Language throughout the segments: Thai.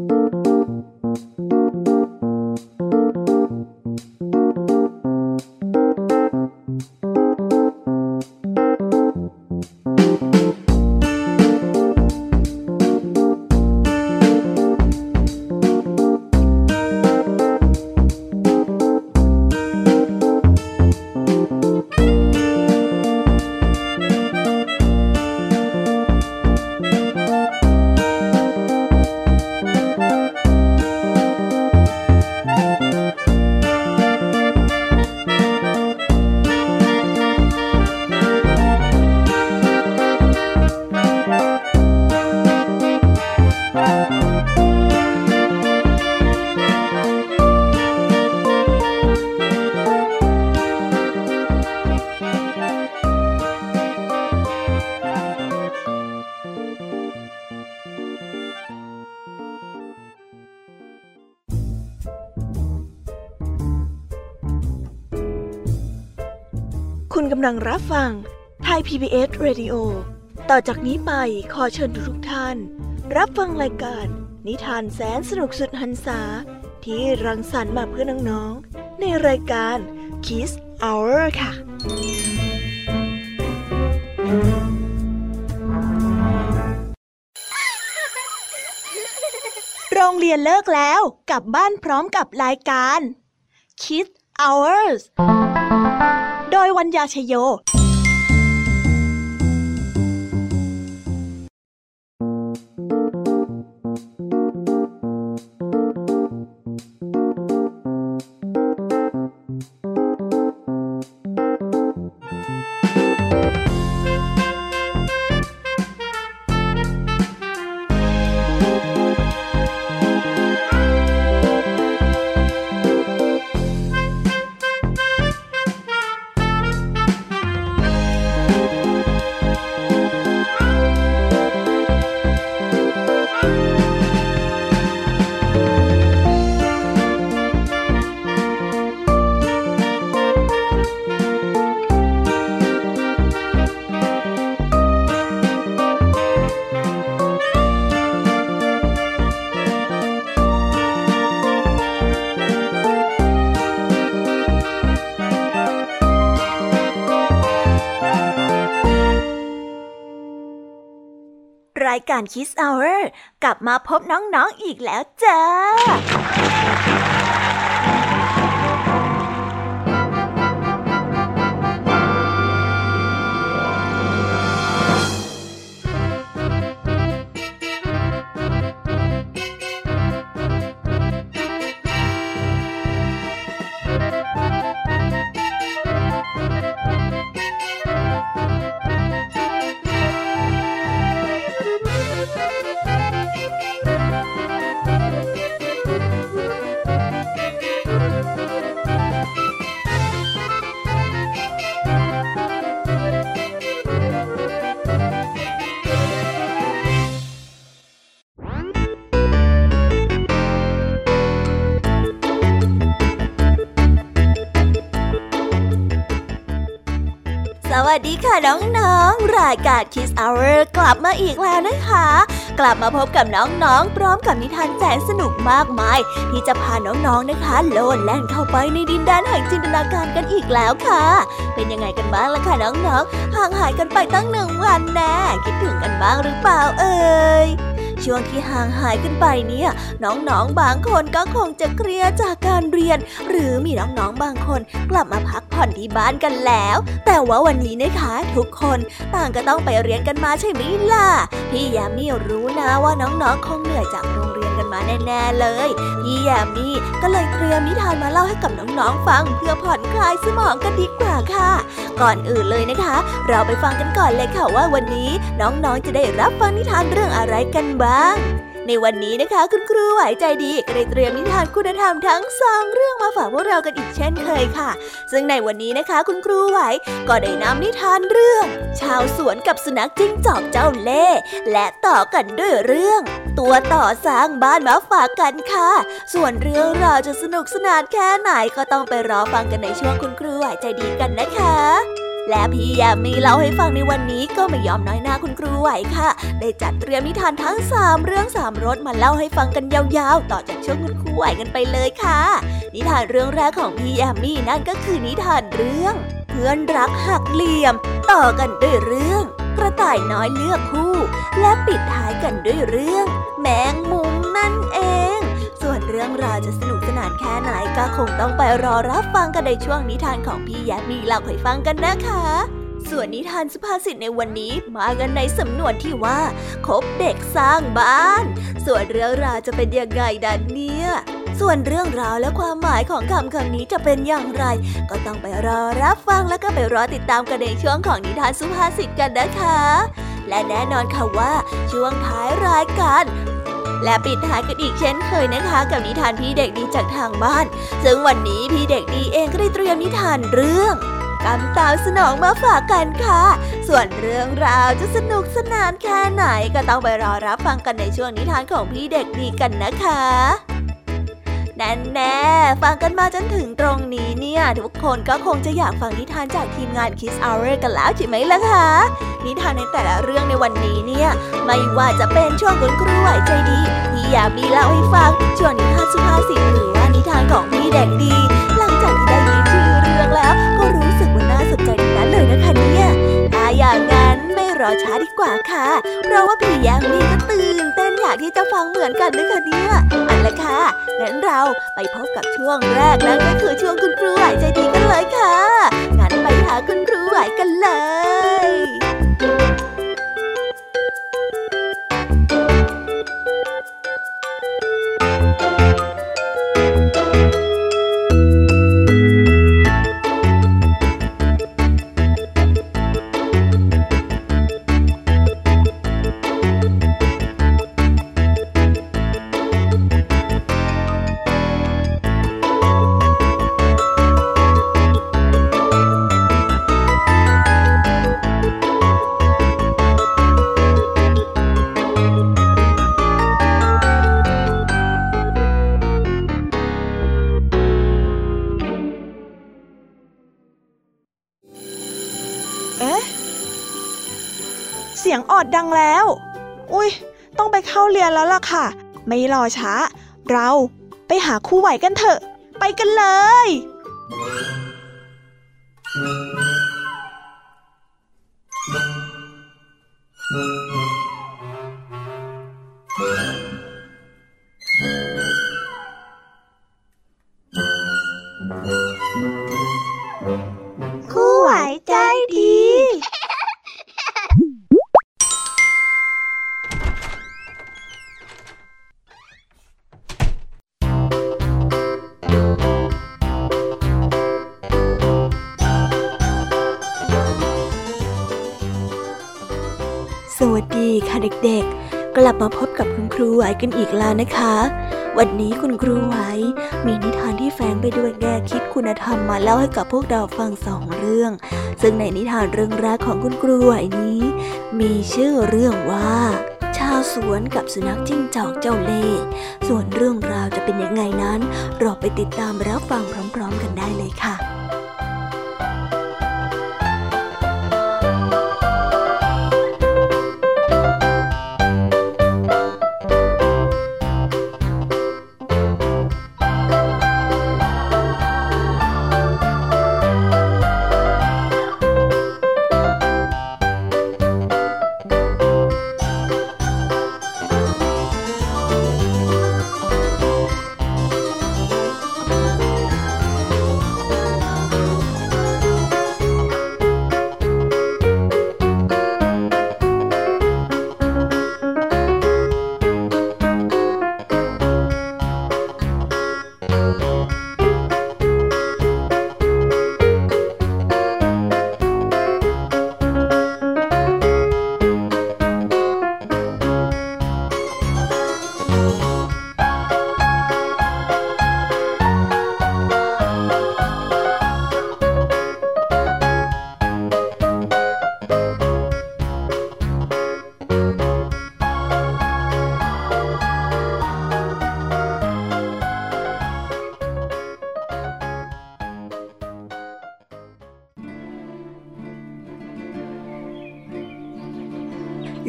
คุณกำลังรับฟังไทย PBS Radio ต่อจากนี้ไปขอเชิญทุกท่านรับฟังรายการนิทานแสนสนุกสุดหรรษาที่รังสรรค์มาเพื่อน้องๆในรายการ Kids Hour ค่ะโรงเรียนเลิกแล้วกลับบ้านพร้อมกับรายการ Kids Hours โดยวัญญาชโยรายการ Kids Hour กลับมาพบน้องๆอีกแล้วจ้าสวัสดีค่ะน้องๆรายการ Kids Hour กลับมาอีกแล้วนะคะกลับมาพบกับน้องๆพร้อมกับนิทานแสนสนุกมากมายที่จะพาน้องๆนะคะโลดแล่นเข้าไปในดินแดนแห่งจินตนาการกันอีกแล้วค่ะเป็นยังไงกันบ้างล่ะคะน้องๆห่างหายกันไปตั้ง1 วันแน่คิดถึงกันบ้างหรือเปล่าเอ่ยช่วงที่ห่างหายกันไปเนี่ยน้องๆบางคนก็คงจะเครียดจากการเรียนหรือมีน้องๆบางคนกลับมาพักผ่อนที่บ้านกันแล้วแต่ว่าวันนี้นะคะทุกคนต่างก็ต้องไปเรียนกันมาใช่ไหมล่ะพี่ยามีรู้นะว่าน้องๆคงเหนื่อยจากโรงเรียนกันมาแน่ๆเลยพี่ยามีก็เลยเตรียมนิทานมาเล่าให้กับน้องๆฟังเพื่อผ่อนคลายสมองกันดีกว่าค่ะก่อนอื่นเลยนะคะเราไปฟังกันก่อนเลยค่ะว่าวันนี้น้องๆจะได้รับฟังนิทานเรื่องอะไรกันบ้างในวันนี้นะคะคุณครูไหวใจดีก็ได้เตรียมนิทานคุณธรรมทั้ง2 เรื่องมาฝากพวกเรากันอีกเช่นเคยค่ะซึ่งในวันนี้นะคะคุณครูไหวก็ได้นำนิทานเรื่องชาวสวนกับสุนัขจิ้งจอกเจ้าเล่ห์และต่อกันด้วยเรื่องตัวต่อสร้างบ้านมาฝากกันค่ะส่วนเรื่องราวจะสนุกสนานแค่ไหนก็ต้องไปรอฟังกันในช่วงคุณครูไหวใจดีกันนะคะและพี่ยามีเล่าให้ฟังในวันนี้ก็ไม่ยอมน้อยหน้าคุณครูไหวค่ะได้จัดเตรียมนิทานทั้ง3เรื่อง3รสมาเล่าให้ฟังกันยาวๆต่อจากช่วงคุณครูไหวกันไปเลยค่ะนิทานเรื่องแรกของพี่ยามีนั่นก็คือนิทานเรื่องเพื่อนรักหักเหลี่ยมต่อกันด้วยเรื่องกระต่ายน้อยเลือกคู่และปิดท้ายกันด้วยเรื่องแมงมุมนั่นเองส่วนเรื่องราวจะสนุกสนานแค่ไหนก็คงต้องไปรอรับฟังกันในช่วงนิทานของพี่ยามีเล่าให้ฟังกันนะคะส่วนนิทานสุภาษิตในวันนี้มากันในสำนวนที่ว่าคบเด็กสร้างบ้านส่วนเรื่องราวจะเป็นยังไงดันเนี่ยส่วนเรื่องราวและความหมายของคำนี้จะเป็นอย่างไรก็ต้องไปรอรับฟังแล้วก็ไปรอติดตามกันในช่วงของนิทานสุภาษิตกันนะคะและแน่นอนค่ะว่าช่วงท้ายรายการและปิดท้ายกันอีกเช่นเคยนะคะกับนิทานพี่เด็กดีจากทางบ้านซึ่งวันนี้พี่เด็กดีเองก็ได้เตรียมนิทานเรื่องกำตามสนองมาฝากกันค่ะส่วนเรื่องราวจะสนุกสนานแค่ไหนก็ต้องไปรอรับฟังกันในช่วงนิทานของพี่เด็กดีกันนะคะแน่ๆฟังกันมาจนถึงตรงนี้เนี่ยทุกคนก็คงจะอยากฟังนิทานจากทีมงาน Kids Hour กันแล้วใช่ไหมล่ะคะนิทานในแต่ละเรื่องในวันนี้เนี่ยไม่ว่าจะเป็นช่วงคุณครูไหวใจดีที่อยากมีเล่าให้ฟังช่วงนิทานสุภาษิตหรือว่านิทานของพี่เด็กดีหลังจากที่ได้ยินชื่อเรื่องแล้วก็รู้สึกว่าน่าสนใจทั้งนั้นเลยนะคะเนี่ยถ้าอย่างนั้นไม่รอช้าดีกว่าค่ะเพราะว่าพี่ยามีก็ตื่นเต้นอยากที่จะฟังเหมือนกันนะคะเนี่ยเอาล่ะค่ะงั้นเราไปพบกับช่วงแรกนั่นก็คือช่วงคุณครูไหวใจดีกันเลยค่ะงั้นไปหาคุณครูไหวกันเลยเสียงออดดังแล้วอุ๊ยต้องไปเข้าเรียนแล้วล่ะค่ะไม่รอช้าเราไปหาครูไหวกันเถอะไปกันเลยครูไหวใจดีสวัสดีค่ะเด็กๆกลับมาพบกับคุณครูไหวกันอีกแล้วนะคะวันนี้คุณครูไหวมีนิทานที่แฝงไปด้วยแง่คิดคุณธรรมมาเล่าให้กับพวกเราฟัง2เรื่องซึ่งในนิทานเรื่องแรกของคุณครูไหวนี้มีชื่อเรื่องว่าชาวสวนกับสุนัขจิ้งจอกเจ้าเล่ห์ส่วนเรื่องราวจะเป็นยังไงนั้นเราไปติดตามรับฟังพร้อมๆกันได้เลยค่ะ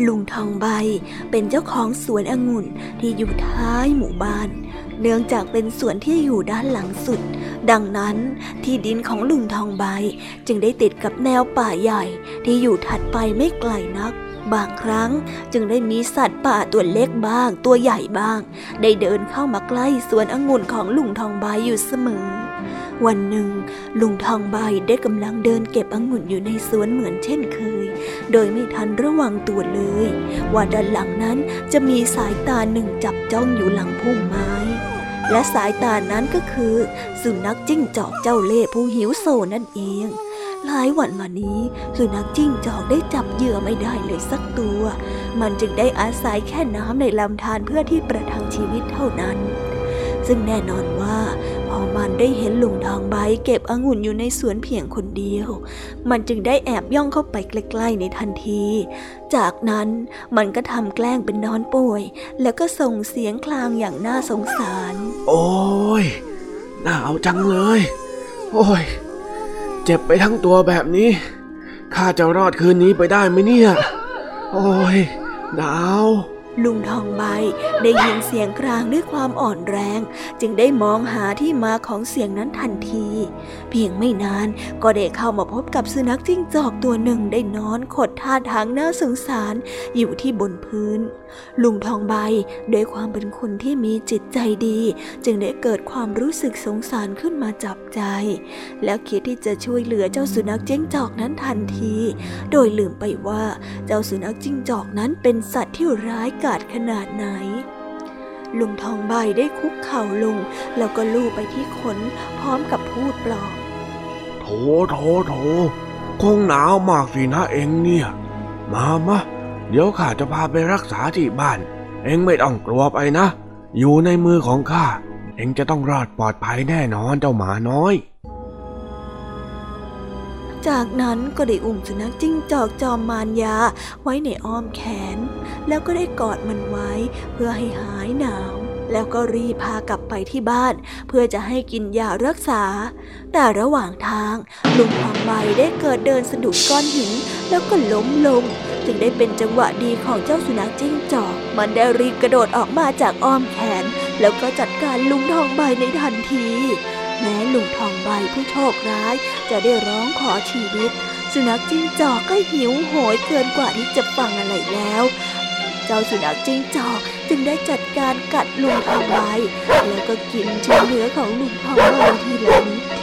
ลุงทองใบเป็นเจ้าของสวนองุ่นที่อยู่ท้ายหมู่บ้านเนื่องจากเป็นสวนที่อยู่ด้านหลังสุดดังนั้นที่ดินของลุงทองใบจึงได้ติดกับแนวป่าใหญ่ที่อยู่ถัดไปไม่ไกลนักบางครั้งจึงได้มีสัตว์ป่าตัวเล็กบ้างตัวใหญ่บ้างได้เดินเข้ามาใกล้สวนองุ่นของลุงทองใบอยู่เสมอวันหนึ่งลุงทองใบได้กำลังเดินเก็บองุ่นอยู่ในสวนเหมือนเช่นเคยโดยไม่ทันระวังตัวเลยว่าด้านหลังนั้นจะมีสายตาหนึ่งจับจ้องอยู่หลังพุ่มไม้และสายตานั้นก็คือสุนัขจิ้งจอกเจ้าเล่ห์ผู้หิวโซนั่นเองหลายวันมานี้สุนัขจิ้งจอกได้จับเหยื่อไม่ได้เลยสักตัวมันจึงได้อาศัยแค่น้ำในลำธารเพื่อที่ประทังชีวิตเท่านั้นซึ่งแน่นอนว่าพอมันได้เห็นลุงทองใบเก็บองุ่นอยู่ในสวนเพียงคนเดียวมันจึงได้แอบย่องเข้าไปใกล้ๆในทันทีจากนั้นมันก็ทำแกล้งเป็นนอนป่วยแล้วก็ส่งเสียงคลางอย่างน่าสงสารโอ้ยหนาวจังเลยโอ้ยเจ็บไปทั้งตัวแบบนี้ข้าจะรอดคืนนี้ไปได้ไหมเนี่ยโอ้ยหนาวลุงทองใบได้ยินเสียงครางด้วยความอ่อนแรงจึงได้มองหาที่มาของเสียงนั้นทันทีเพียงไม่นานก็ได้เข้ามาพบกับสุนัขจิ้งจอกตัวหนึ่งได้นอนขดท่าทางน่าสงสารอยู่ที่บนพื้นลุงทองใบด้วยความเป็นคนที่มีจิตใจดีจึงได้เกิดความรู้สึกสงสารขึ้นมาจับใจแล้วคิดที่จะช่วยเหลือเจ้าสุนัขจิ้งจอกนั้นทันทีโดยลืมไปว่าเจ้าสุนัขจิ้งจอกนั้นเป็นสัตว์ที่ร้ายกาจขนาดไหนลุงทองใบได้คุกเข่าลงแล้วก็ลูบไปที่ขนพร้อมกับพูดปลอบโถคงหนาวมากสินะเองเนี่ยมาเดี๋ยวข้าจะพาไปรักษาที่บ้านเองไม่ต้องกลัวไปนะอยู่ในมือของข้าเองจะต้องรอดปลอดภัยแน่นอนเจ้าหมาน้อยจากนั้นก็ได้อุ้มสุนัขจิ้งจอกจอมมารยาไว้ในอ้อมแขนแล้วก็ได้กอดมันไว้เพื่อให้หายหนาวแล้วก็รีบพากลับไปที่บ้านเพื่อจะให้กินยารักษาแต่ระหว่างทางลุงทองใบได้เกิดเดินสะดุดก้อนหินแล้วก็ล้มลงจึงได้เป็นจังหวะดีของเจ้าสุนัขจิ้งจอกมันได้รีบกระโดดออกมาจากอ้อมแขนแล้วก็จัดการลุงทองใบในทันทีแม้ลุงทองใบผู้โชคร้ายจะได้ร้องขอชีวิตสุนัขจิ้งจอกก็หิวโหยเกินกว่าที่จะฟังอะไรแล้วเจ้าสุนัขจิ้งจอกจึงได้จัดการกัดลุงทองใบแล้วก็กินชิ้นเนื้อของลุงทองใบทีละนิด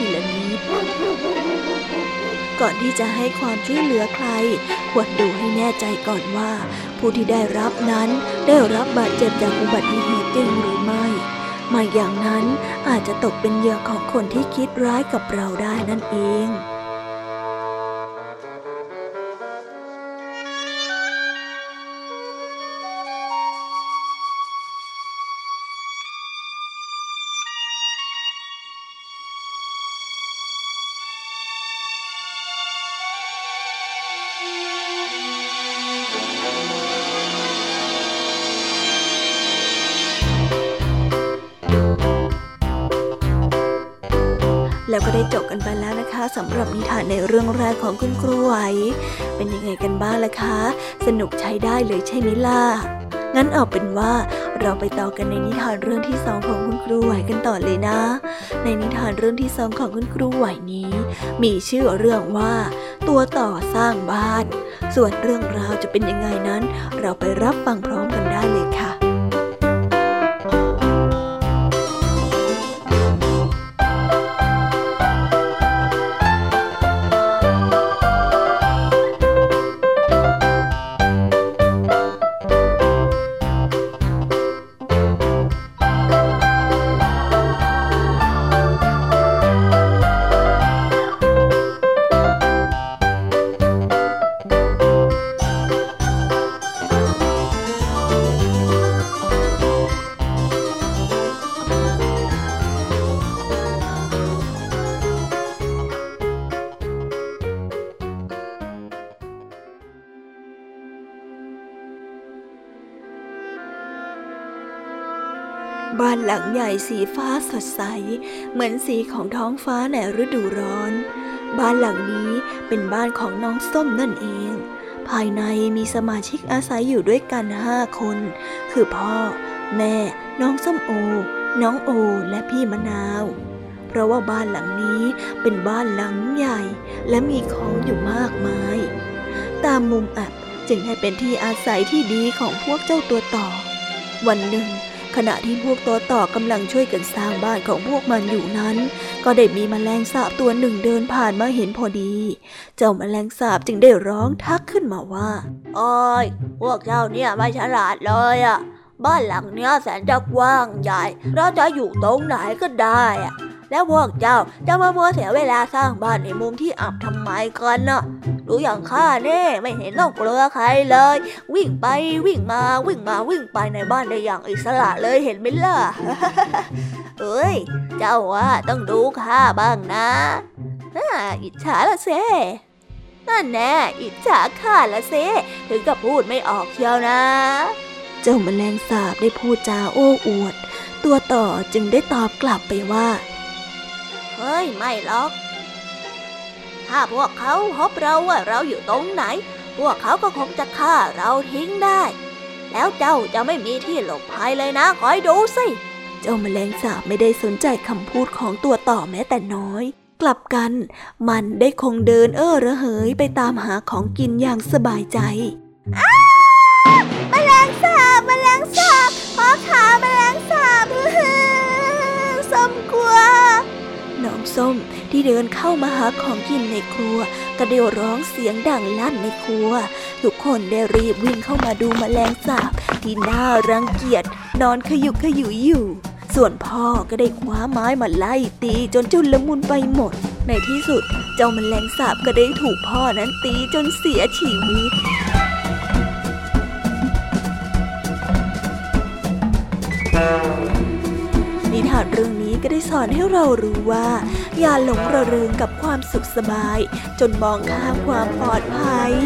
ก่อนที่จะให้ความช่วยเหลือใครควรดูให้แน่ใจก่อนว่าผู้ที่ได้รับนั้นได้รับบาดเจ็บจากอุบัติเหตุจริงหรือไม่อย่างนั้นอาจจะตกเป็นเหยื่อของคนที่คิดร้ายกับเราได้นั่นเองแล้วก็ได้จบกันไปแล้วนะคะสำหรับนิทานในเรื่องแรกของคุณครูไหวเป็นยังไงกันบ้างล่ะคะสนุกใช้ได้เลยใช่ไหมล่ะงั้นเอาเป็นว่าเราไปต่อกันในนิทานเรื่องที่2ของคุณครูไหวกันต่อเลยนะในนิทานเรื่องที่2ของคุณครูไหวนี้มีชื่อเรื่องว่าตัวต่อสร้างบ้านส่วนเรื่องราวจะเป็นยังไงนั้นเราไปรับฟังพร้อมกันได้เลยค่ะบ้านหลังใหญ่สีฟ้าสดใสเหมือนสีของท้องฟ้าในฤดูร้อนบ้านหลังนี้เป็นบ้านของน้องส้มนั่นเองภภายในมีสมาชิกอาศัยอยู่ด้วยกัน5 คนคือพ่อแม่น้องส้มโอน้องโอและพี่มะนาวเพราะว่าบ้านหลังนี้เป็นบ้านหลังใหญ่และมีของอยู่มากมายตามมุมอับจึงให้เป็นที่อาศัยที่ดีของพวกเจ้าตัวต่อวันหนึ่งขณะที่พวกตัวต่อกำลังช่วยกันสร้างบ้านของพวกมันอยู่นั้นก็ได้มีแมลงสาบตัวหนึ่งเดินผ่านมาเห็นพอดีเจ้าแมลงสาบจึงได้ร้องทักขึ้นมาว่าโอ้ยพวกเจ้าเนี่ยไม่ฉลาดเลยอ่ะบ้านหลังเนี้ยแสนจะกว้างใหญ่เราจะอยู่ตรงไหนก็ได้อ่ะแล้วพวกเจ้าจะมามัวเสียเวลาสร้างบ้านในมุมที่อับทำไมกันน่ะดูอย่างข้าเนี่ยไม่เห็นต้องกลัวใครเลยวิ่งไปวิ่งมาวิ่งมาวิ่งไปในบ้านได้อย่างอิสระเลยเห็นไหมล่ะ เอ้ยเจ้าว่าต้องดูข้าบ้างนะอิจฉาละเซ่นั่นแน่อิจฉาข้าละเซ่ถึงกับพูดไม่ออกเชียวนะเจ้าแมลงสาบได้พูดจาโอ้อวดตัวต่อจึงได้ตอบกลับไปว่าเฮ้ยไม่หรอกถ้าพวกเขาพบเราว่าเราอยู่ตรงไหนพวกเขาก็คงจะฆ่าเราทิ้งได้แล้วเจ้าจะไม่มีที่หลบภัยเลยนะคอยดูสิเจ้าแมลงสาบไม่ได้สนใจคำพูดของตัวต่อแม้แต่น้อยกลับกันมันได้คงเดินระเหยไปตามหาของกินอย่างสบายใจแมลงสาบแมลงสาบพ่อขาแมลงสาบส้มกลัวน้องส้มที่เดินเข้ามาหาของกินในครัวก็ได้ร้องเสียงดังลั่นในครัวทุกคนได้รีบวิ่งเข้ามาดูแมลงสาบที่น่ารังเกียจนอนขยุกขยุยอยู่ส่วนพ่อก็ได้คว้าไม้มาไล่ตีจนจุลมุนไปหมดในที่สุดเจ้าแมลงสาบก็ได้ถูกพ่อนั้นตีจนเสียชีวิตนิทานเรื่องนี้ก็ได้สอนให้เรารู้ว่าอย่าหลงระเริงกับความสุขสบายจนมองข้ามความปลอดภัย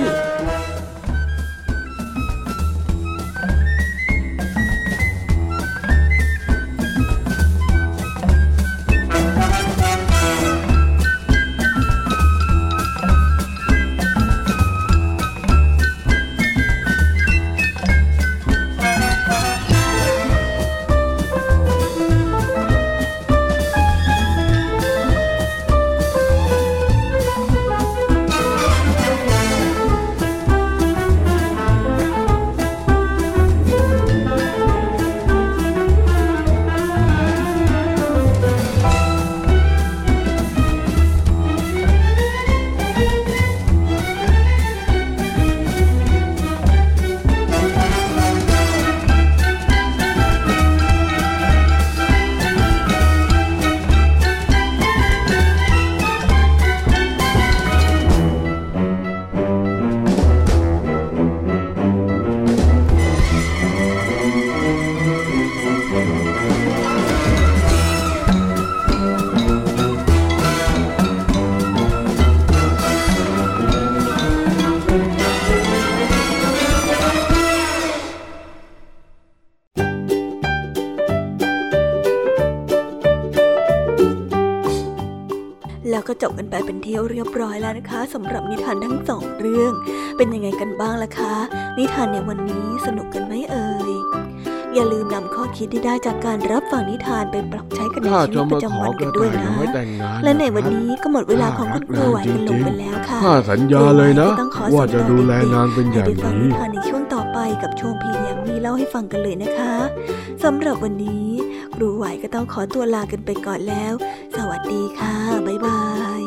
แล้วก็จบกันไปเป็นที่เรียบร้อยแล้วนะคะสำหรับนิทานทั้ง2เรื่องเป็นยังไงกันบ้างล่ะคะนิทานในวันนี้สนุกกันไหมเอ่ยอย่าลืมนำข้อคิดที่ได้จากการรับฟังนิทานไปปรับใช้กันในชีวิตประจำวันกันด้วยนะและในวันนี้ก็หมดเวลาของคุณครูไหวกันลงไปแล้วค่ะข้าสัญญาเลยนะว่าจะดูแลนางเป็นอย่างดีนิทานในช่วงต่อไปกับช่วงพี่เลี้ยงมีเล่าให้ฟังกันเลยนะคะสำหรับวันนี้ครูไหวก็ต้องขอตัวลากันไปก่อนแล้วสวัสดีค่ะบ๊ายบาย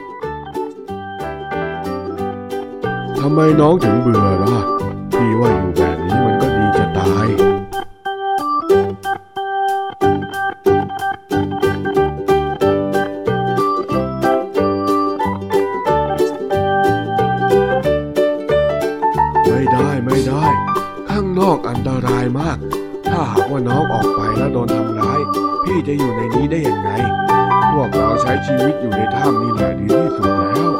ทำไมน้องถึงเบื่อล่ะพี่ว่าอยู่แบบนี้มันก็ดีจะตายไม่ได้ข้างนอกอันตรายมากถ้าหากว่าน้องออกไปแล้วโดนทำร้ายพี่จะอยู่ในนี้ได้ยังไงพวกเราใช้ชีวิตอยู่ในถ้ำนี่แหละดีที่สุดแล้ว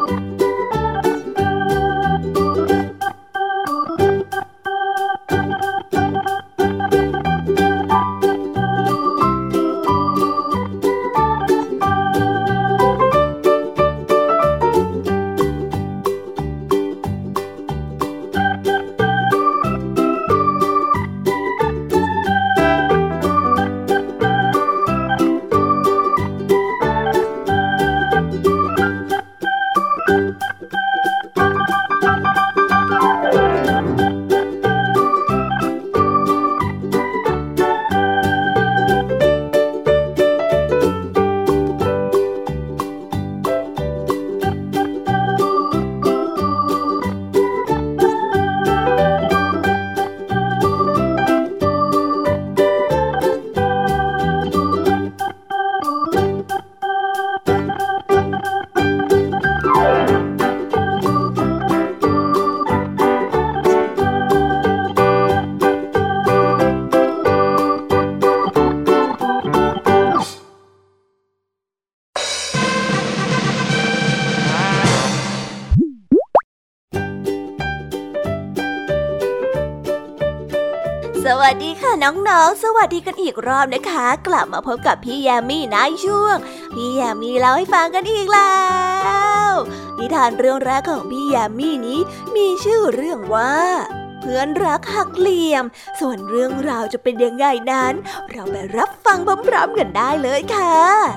วัสดีค่ะน้องๆสวัสดีกันอีกรอบนะคะกลับมาพบกับพี่แยมมี่ในช่วงพี่แยมมี่เล่าให้ฟังกันอีกแล้วนิทานเรื่องแรกของพี่แยมมี่นี้มีชื่อเรื่องว่าเพื่อนรักหักเหลี่ยมส่วนเรื่องราวจะเป็นยังไงนั้นเราไปรับฟังพร้อมๆกันได้เลยค่ะ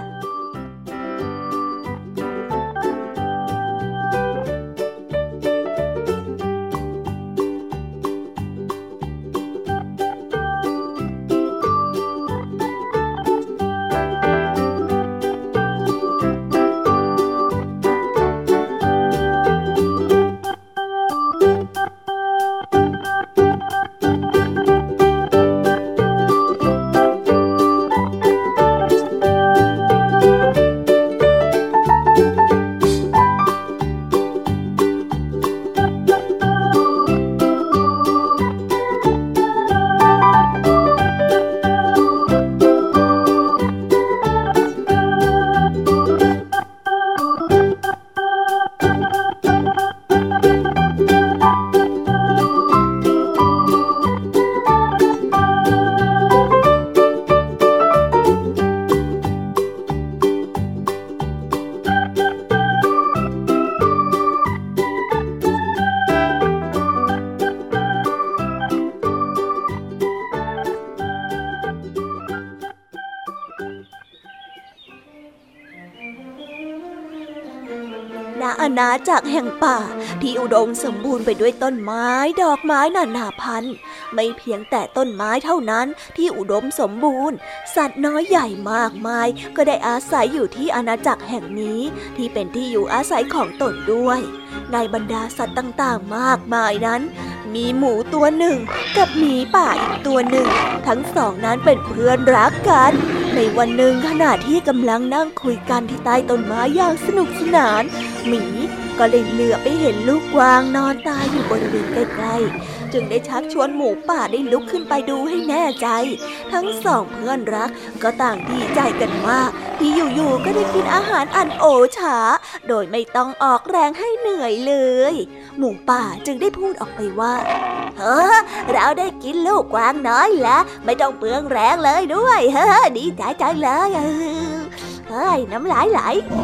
ณ อาณาจักรแห่งป่าที่อุดมสมบูรณ์ไปด้วยต้นไม้ดอกไม้นานาพันธุ์ไม่เพียงแต่ต้นไม้เท่านั้นที่อุดมสมบูรณ์สัตว์น้อยใหญ่มากมายก็ได้อาศัยอยู่ที่อาณาจักรแห่งนี้ที่เป็นที่อยู่อาศัยของตนด้วยในบรรดาสัตว์ต่างๆมากมายนั้นมีหมูตัวหนึ่งกับหมีป่าอีกตัวหนึ่งทั้งสองนั้นเป็นเพื่อนรักกันในวันหนึ่งขณะที่กำลังนั่งคุยกันที่ใต้ต้นไม้อย่างสนุกสนานหมีก็เลยเหลือบไปเห็นลูกกวางนอนตายอยู่บริเวณใกล้ๆจึงได้ชักชวนหมูป่าได้ลุกขึ้นไปดูให้แน่ใจทั้งสองเพื่อนรักก็ต่างดีใจกันมากที่อยู่ๆก็ได้กินอาหารอันโอชาโดยไม่ต้องออกแรงให้เหนื่อยเลยหมูป่าจึงได้พูดออกไปว่าเราได้กินลูกกวางน้อยแล้วไม่ต้องเปลืองแรงเลยด้วยดีใจจังเลยน้ำลายไหล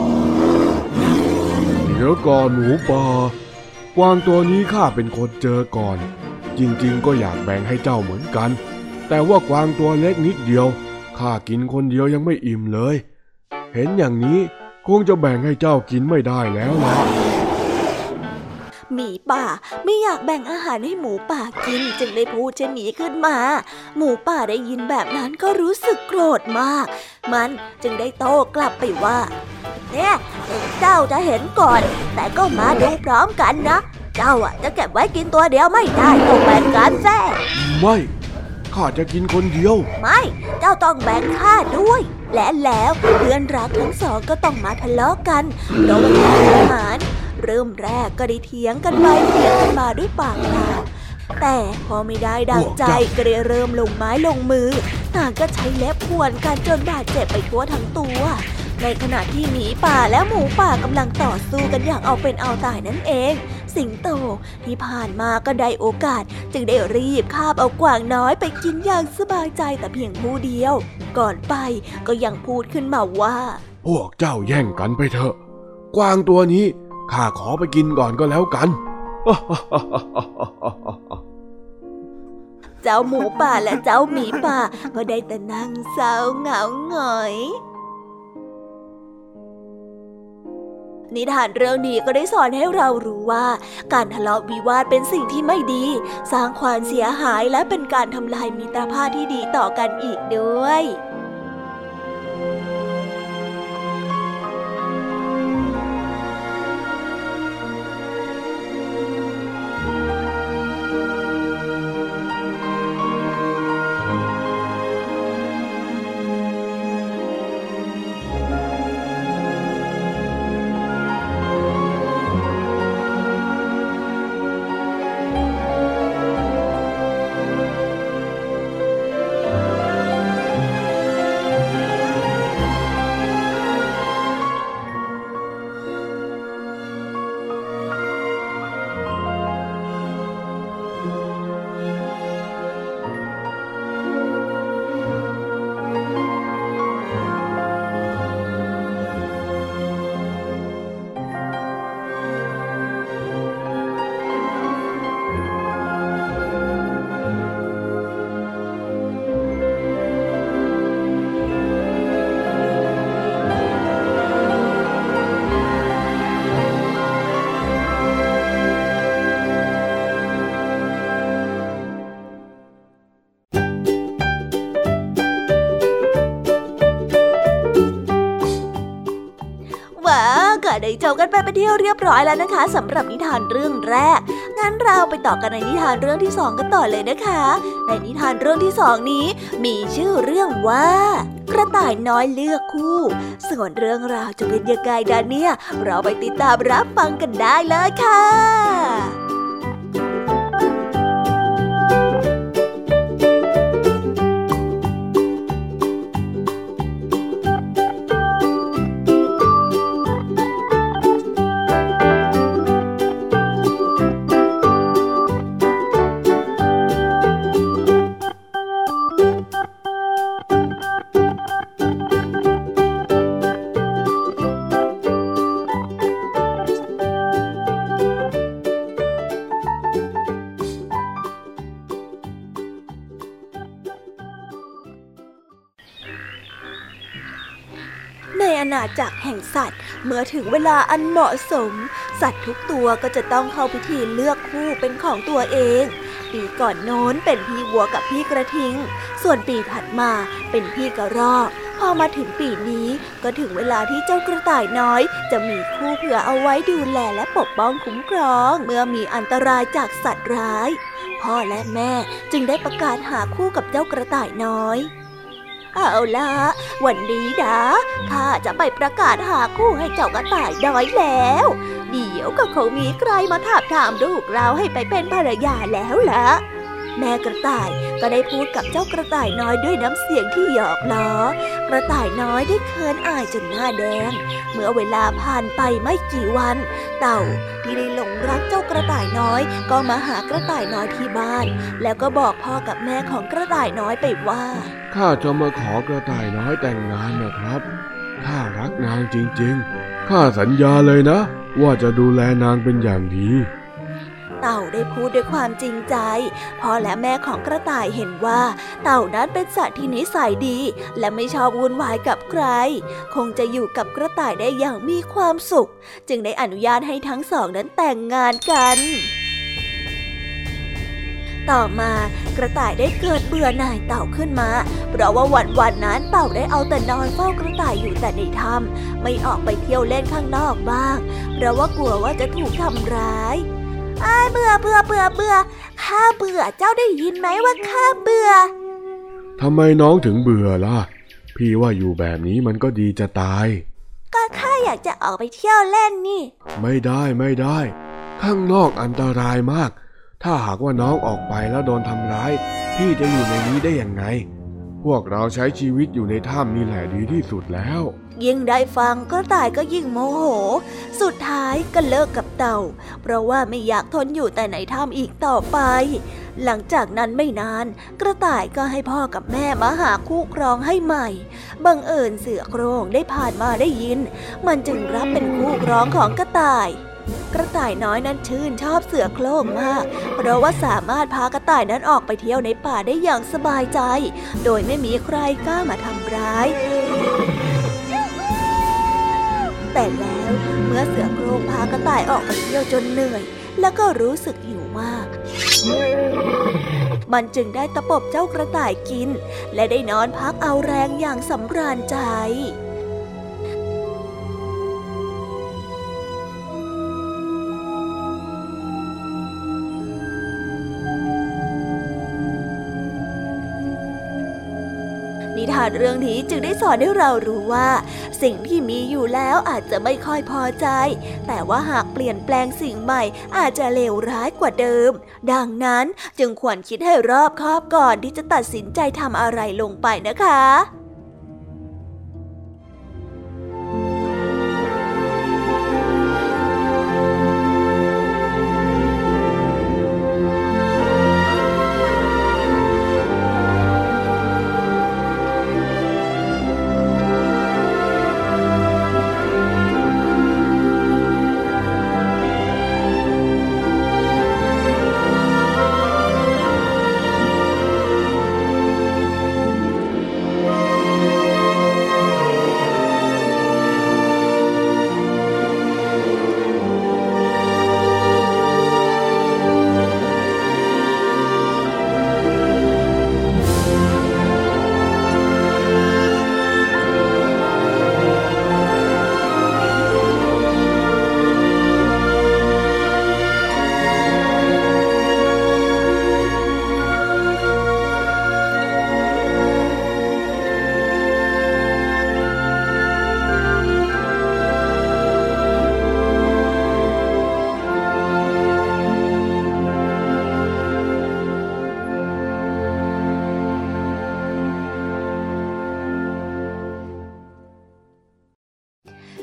เดี๋ยวก่อนหมูป่ากวางตัวนี้ข้าเป็นคนเจอก่อนจริงๆก็อยากแบ่งให้เจ้าเหมือนกันแต่ว่ากวางตัวเล็กนิดเดียวข้ากินคนเดียวยังไม่อิ่มเลยเห็นอย่างนี้คงจะแบ่งให้เจ้ากินไม่ได้แล้วล่ะหมีป่าไม่อยากแบ่งอาหารให้หมูป่ากินจึงได้พูดเช่นนี้ขึ้นมาหมูป่าได้ยินแบบนั้นก็รู้สึกโกรธมากมันจึงได้โต้กลับไปว่าเนี่ยเจ้าจะเห็นก่อนแต่ก็มาดูพร้อมกันนะเจ้าจะเก็บไว้กินตัวเดียวไม่ได้ต้องแบ่งกันแท้ไม่ข้าจะกินคนเดียวไม่เจ้าต้องแบ่งข้าด้วยและแล้วเพื่อนรักทั้งสองก็ต้องมาทะเลาะกันเพราะว่าอาหารเริ่มแรกก็ได้เถียงกันไปเถียงกันมาด้วยปากเปล่าแต่พอไม่ได้ดังใจก็ได้เริ่มลงไม้ลงมือต่างก็ใช้เล็บข่วนกันจนบาดเจ็บไปทั่วทั้งตัวในขณะที่หมีป่าและหมูป่ากำลังต่อสู้กันอย่างเอาเป็นเอาตายนั่นเองสิงโตที่ผ่านมาก็ได้โอกาสจึงได้รีบคาบเอากวางน้อยไปกินอย่างสบายใจแต่เพียงผู้เดียวก่อนไปก็ยังพูดขึ้นมาว่าพวกเจ้าแย่งกันไปเถอะกวางตัวนี้ข้าขอไปกินก่อนก็แล้วกันเจ้าหมูป่าและเจ้าหมีป่าก็ได้แต่นั่งเศร้าเหงาหงอยนิทานเรื่องนี้ก็ได้สอนให้เรารู้ว่าการทะเลาะวิวาทเป็นสิ่งที่ไม่ดีสร้างความเสียหายและเป็นการทำลายมิตรภาพที่ดีต่อกันอีกด้วยได้จบกันไปเป็นที่เรียบร้อยแล้วนะคะสำหรับนิทานเรื่องแรกงั้นเราไปต่อกันในนิทานเรื่องที่2กันต่อเลยนะคะในนิทานเรื่องที่2นี้มีชื่อเรื่องว่ากระต่ายน้อยเลือกคู่ส่วนเรื่องราวจะเป็นยังไงนั้นเนี่ยเราไปติดตามรับฟังกันได้เลยค่ะในอาณาจักรแห่งสัตว์เมื่อถึงเวลาอันเหมาะสมสัตว์ทุกตัวก็จะต้องเข้าพิธีเลือกคู่เป็นของตัวเองปีก่อนโน้นเป็นพี่วัวกับพี่กระทิงส่วนปีถัดมาเป็นพี่กระรอกพอมาถึงปีนี้ก็ถึงเวลาที่เจ้ากระต่ายน้อยจะมีคู่เผื่อเอาไว้ดูแลและปกป้องคุ้มครองเมื่อมีอันตรายจากสัตว์ร้ายพ่อและแม่จึงได้ประกาศหาคู่กับเจ้ากระต่ายน้อยเอาล่ะวันนี้นะข้าจะไปประกาศหาคู่ให้เจ้ากระต่ายน้อยแล้วเดี๋ยวก็คงมีใครมาถามลูกเราให้ไปเป็นภรรยาแล้วล่ะแม่กระต่ายก็ได้พูดกับเจ้ากระต่ายน้อยด้วยน้ำเสียงที่หยอกล้อกระต่ายน้อยได้เขินอายจนหน้าแดงเมื่อเวลาผ่านไปไม่กี่วันเต่าที่ได้หลงรักเจ้ากระต่ายน้อยก็มาหากระต่ายน้อยที่บ้านแล้วก็บอกพ่อกับแม่ของกระต่ายน้อยไปว่าข้าจะมาขอกระต่ายน้อยแต่งงานนะครับข้ารักนางจริงๆข้าสัญญาเลยนะว่าจะดูแลนางเป็นอย่างดีเต่าได้พูดด้วยความจริงใจพ่อและแม่ของกระต่ายเห็นว่าเต่านั้นเป็นสัตว์ที่นิสัยดีและไม่ชอบวุ่นวายกับใครคงจะอยู่กับกระต่ายได้อย่างมีความสุขจึงได้อนุญาตให้ทั้งสองนั้นแต่งงานกันต่อมากระต่ายได้เกิดเบื่อหน่ายเต่าขึ้นมาเพราะว่าวันนั้นเต่าได้เอาแต่นอนเฝ้ากระต่ายอยู่แต่ในถ้ำไม่ออกไปเที่ยวเล่นข้างนอกบ้างเพราะว่ากลัวว่าจะถูกทำร้ายเบื่อข้าเบื่อเจ้าได้ยินไหมว่าข้าเบื่อทำไมน้องถึงเบื่อล่ะพี่ว่าอยู่แบบนี้มันก็ดีจะตายก็ข้าอยากจะออกไปเที่ยวเล่นนี่ไม่ได้ข้างนอกอันตรายมากถ้าหากว่าน้องออกไปแล้วโดนทำร้ายพี่จะอยู่ในนี้ได้ยังไงพวกเราใช้ชีวิตอยู่ในถ้ำนี่แหละดีที่สุดแล้วยิ่งได้ฟังกระต่ายก็ยิ่งโมโหสุดท้ายก็เลิกกับเต่าเพราะว่าไม่อยากทนอยู่แต่ในถ้ำอีกต่อไปหลังจากนั้นไม่นานกระต่ายก็ให้พ่อกับแม่มาหาคู่ครองให้ใหม่บังเอิญเสือโคร่งได้ผ่านมาได้ยินมันจึงรับเป็นคู่ครองของกระต่ายกระต่ายน้อยนั้นชื่นชอบเสือโคร่งมากเพราะว่าสามารถพากระต่ายนั้นออกไปเที่ยวในป่าได้อย่างสบายใจโดยไม่มีใครกล้ามาทำร้ายแต่แล้วเมื่อเสือโคร่งพากระต่ายออกไปเที่ยวจนเหนื่อยแล้วก็รู้สึกหิวมากมันจึงได้ตะปบเจ้ากระต่ายกินและได้นอนพักเอาแรงอย่างสำราญใจนิทานเรื่องนี้จึงได้สอนให้เรารู้ว่าสิ่งที่มีอยู่แล้วอาจจะไม่ค่อยพอใจแต่ว่าหากเปลี่ยนแปลงสิ่งใหม่อาจจะเลวร้ายกว่าเดิมดังนั้นจึงควรคิดให้รอบคอบก่อนที่จะตัดสินใจทำอะไรลงไปนะคะ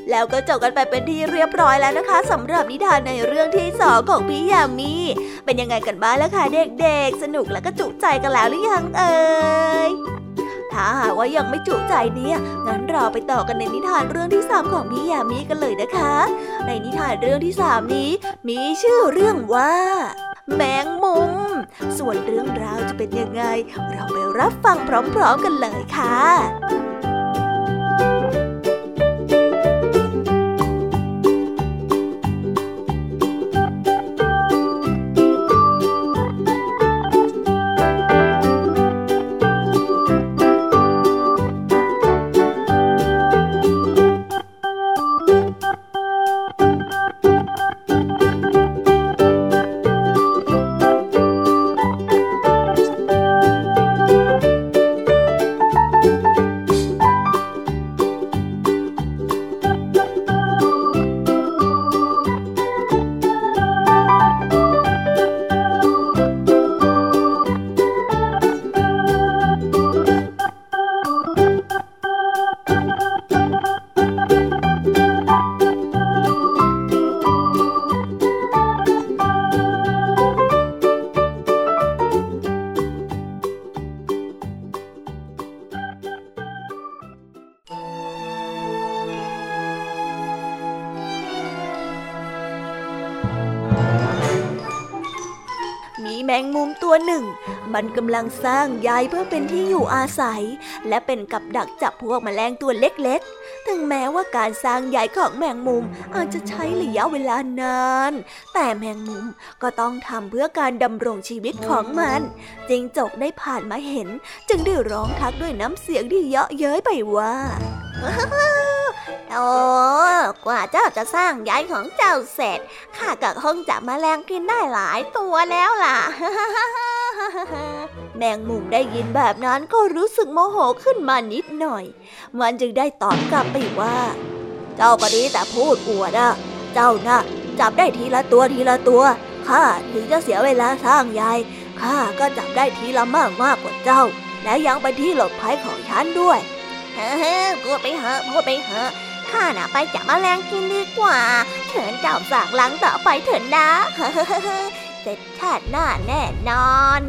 แล้วก็จบกันไปเป็นที่เรียบร้อยแล้วนะคะสำหรับนิทานในเรื่องที่2ของพี่ยามีเป็นยังไงกันบ้างล่ะคะเด็กๆสนุกและก็จุใจกันแล้วหรือยังเอ่ยถ้าหากว่ายังไม่จุใจเนี่ยงั้นเราไปต่อกันในนิทานเรื่องที่3ของพี่ยามีกันเลยนะคะในนิทานเรื่องที่3นี้มีชื่อเรื่องว่าแมงมุมส่วนเรื่องราวจะเป็นยังไงเราไปรับฟังพร้อมๆกันเลยค่ะแมงมุมตัวหนึ่งมันกำลังสร้างใยเพื่อเป็นที่อยู่อาศัยและเป็นกับดักจับพวกแมลงตัวเล็กๆถึงแม้ว่าการสร้างใยของแมงมุมอาจจะใช้ระยะเวลานานแต่แมงมุมก็ต้องทำเพื่อการดำรงชีวิตของมันจิ้งจกได้ผ่านมาเห็นจึงได้ร้องทักด้วยน้ำเสียงที่เยาะเย้ยไปว่าโอ้กว่าเจ้าจะสร้างใยของเจ้าเสร็จข้าก็คงจับแมลงกินได้หลายตัวแล้วล่ะ แมงมุมได้ยินแบบนั้นก็รู้สึกโมโหขึ้นมานิดหน่อยมันจึงได้ตอบกลับไปว่าเจ้าก็ดีแต่พูดอวดอ่ะเจ้าน่ะจับได้ทีละตัวข้าถึงจะเสียเวลาสร้างใยข้าก็จับได้ทีละมากกว่าเจ้าแล้วยังเป็นที่หลบภัยของฉันด้วยพูดไปเหอะข้าน่ะไปจับแมลงกินดีกว่าเชิญเจ้าสร้างหลังต่อไปเถิดนะเสร็จชาติหน้าแน่นอน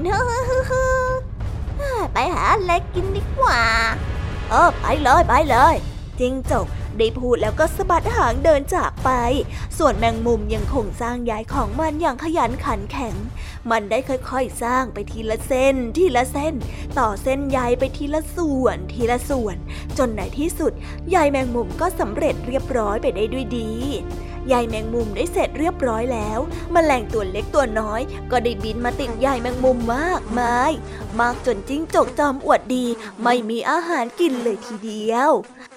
ไปหาอะไรกินดีกว่าไปเลยจิ้งจกได้พูดแล้วก็สะบัดหางเดินจากไปส่วนแมงมุมยังคงสร้างใยของมันอย่างขยันขันแข็งมันได้ค่อยๆสร้างไปทีละเส้นต่อเส้นใยไปทีละส่วนจนในที่สุดใยแมงมุมก็สำเร็จเรียบร้อยไปได้ด้วยดีใยแมงมุมได้เสร็จเรียบร้อยแล้วแมลงตัวเล็กตัวน้อยก็ได้บินมาติดใยแมงมุมมากมายมากจนจิ้งจกจอมอวดดีไม่มีอาหารกินเลยทีเดียว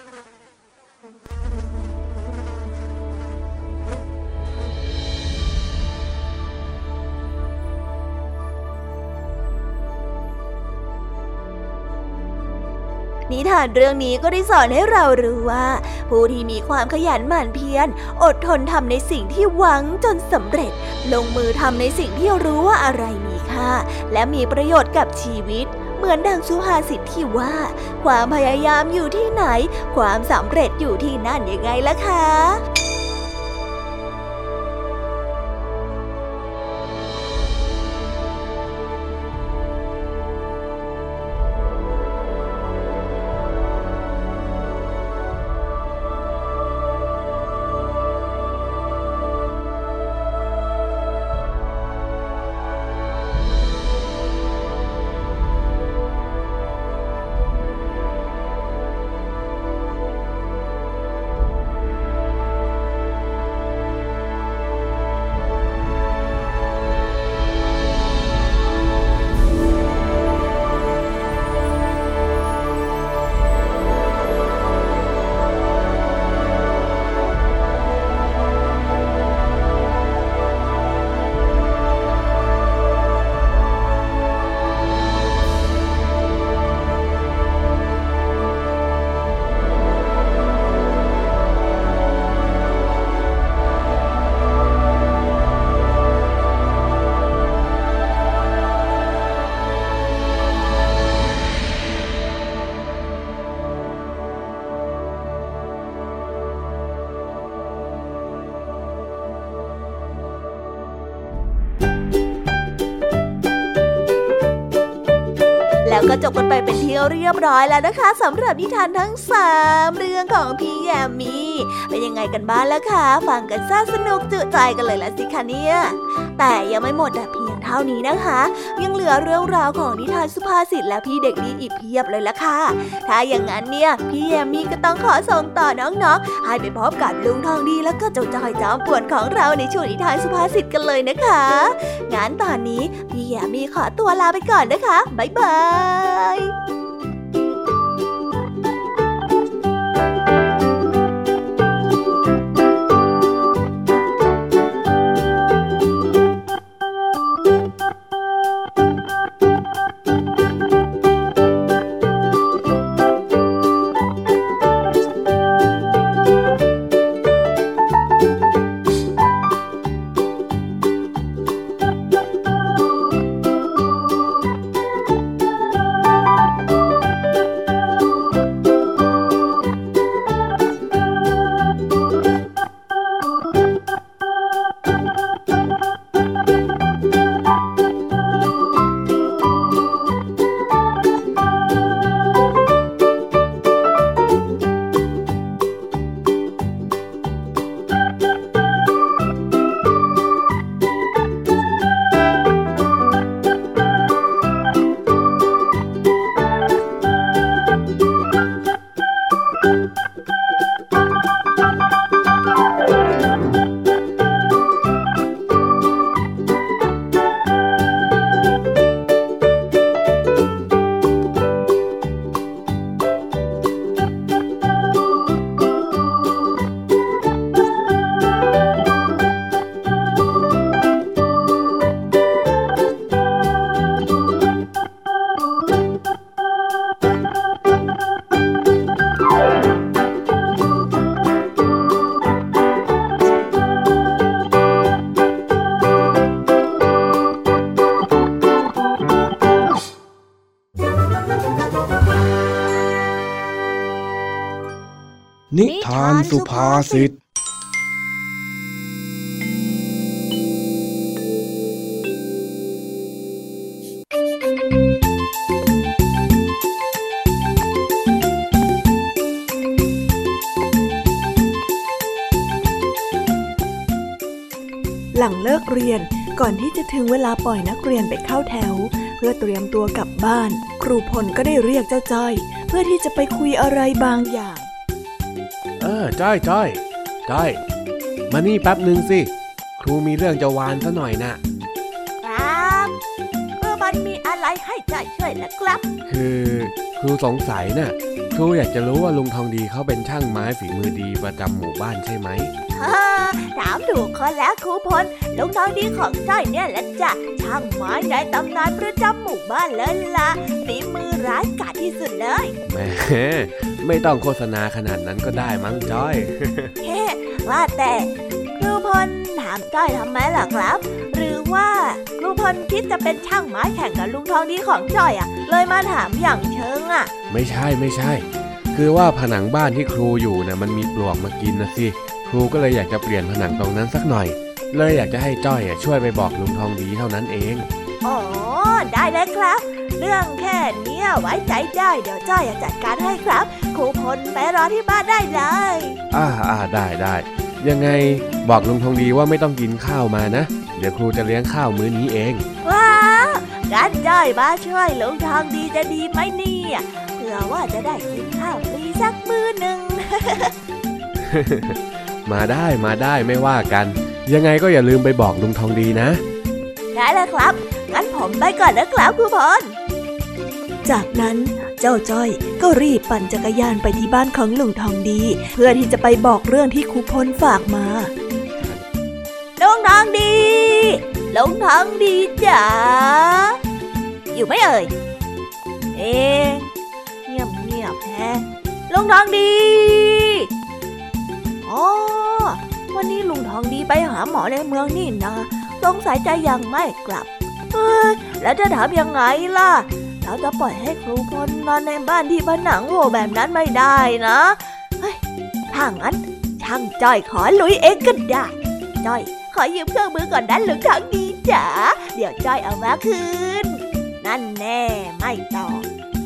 นิทานเรื่องนี้ก็ได้สอนให้เรารู้ว่าผู้ที่มีความขยันหมั่นเพียรอดทนทำในสิ่งที่หวังจนสำเร็จลงมือทำในสิ่งที่รู้ว่าอะไรมีค่าและมีประโยชน์กับชีวิตเหมือนดังสุภาษิตที่ว่าความพยายามอยู่ที่ไหนความสำเร็จอยู่ที่นั่นยังไงล่ะคะจบกันไปเป็นที่เรียบร้อยแล้วนะคะสำหรับนิทานทั้ง3เรื่องของพี่แยมมี่เป็นยังไงกันบ้างล่ะคะฟังกันซะสนุกจุใจกันเลยละสิคะเนี่ยแต่ยังไม่หมดแต่เพียงเท่านี้นะคะยังเหลือเรื่องราวของนิทานสุภาษิตและพี่เด็กดีอีกเพียบเลยล่ะค่ะถ้าอย่างนั้นเนี่ยพี่แยมมี่ก็ต้องขอส่งต่อน้องๆให้ไปพบกับลุงทองดีแล้วก็เจ้าจ้อยจอมป่วนของเราในช่วงนิทานสุภาษิตกันเลยนะคะงั้นตอนนี้พี่แยมมี่ขอตัวลาไปก่อนนะคะบ๊ายบายนิทานสุภาษิตหลังเลิกเรียนก่อนที่จะถึงเวลาปล่อยนักเรียนไปเข้าแถวเพื่อเตรียมตัวกลับบ้านครูพลก็ได้เรียกเจ้าจ้อยเพื่อที่จะไปคุยอะไรบางอย่างจ้อยมานี่แป๊บนึงสิครูมีเรื่องจะวานซะหน่อยนะครับมันมีอะไรให้จ้อยช่วยล่ะครับคือครูสงสัยน่ะครูอยากจะรู้ว่าลุงทองดีเขาเป็นช่างไม้ฝีมือดีประจำหมู่บ้านใช่ไหมถามถูกคนแล้วครูพลลุงทองดีของจ้อยเนี่ยแหละจ้ะช่างไม้ในตำนานประจำหมู่บ้านเลยล่ะฝีมือร้ายกาจที่สุดเลยแหมไม่ต้องโฆษณาขนาดนั้นก็ได้มั้งจ้อยว่าแต่ครูพลถามจ้อยทำไมล่ะครับหรือว่าครูพลคิดจะเป็นช่างไม้แข่งกับลุงทองดีของจ้อยเลยมาถามอย่างเชิงไม่ใช่คือว่าผนังบ้านที่ครูอยู่น่ะมันมีปลวกมากินนะสิครูก็เลยอยากจะเปลี่ยนผนังตรงนั้นสักหน่อยเลยอยากจะให้จ้อยช่วยไปบอกลุงทองดีเท่านั้นเองอ๋อได้เลยครับเรื่องแค่นี้ไว้ใจได้เดี๋ยวจ้อยจัดการให้ครับครูพลไปรอที่บ้านได้เลยได้ยังไงบอกลุงทองดีว่าไม่ต้องกินข้าวมานะเดี๋ยวครูจะเลี้ยงข้าวมื้อนี้เองว้าวการจ้อยมาช่วยลุงทองดีจะดีไหมเนี่ยเผื่อว่าจะได้กินข้าวฟรีสักมื้อนึงมาได้ไม่ว่ากันยังไงก็อย่าลืมไปบอกลุงทองดีนะได้เลยครับงั้นผมไปก่อนนะครับครูพลจากนั้นเจ้าจ้อยก็รีบปั่นจักรยานไปที่บ้านของลุงทองดีเพื่อที่จะไปบอกเรื่องที่ครูพลฝากมาลุงทองดีจ๋าอยู่ไหมเอ่ยเงียบแฮะลุงทองดีอ๋อวันนี้ลุงทองดีไปหาหมอในเมืองนี่นะสงสัยจะยังไม่กลับแล้วจะทำยังไงล่ะเราจะปล่อยให้ครูพลนอนในบ้านที่ผนังโหว่แบบนั้นไม่ได้นะถ้างั้นช่างจ้อยขอลุยเองก็ได้จ้อยขอยืมเครื่องมือก่อนนะลุงทองดีจ๋าเดี๋ยวจ้อยเอามาคืนนั่นแน่ไม่ต้อง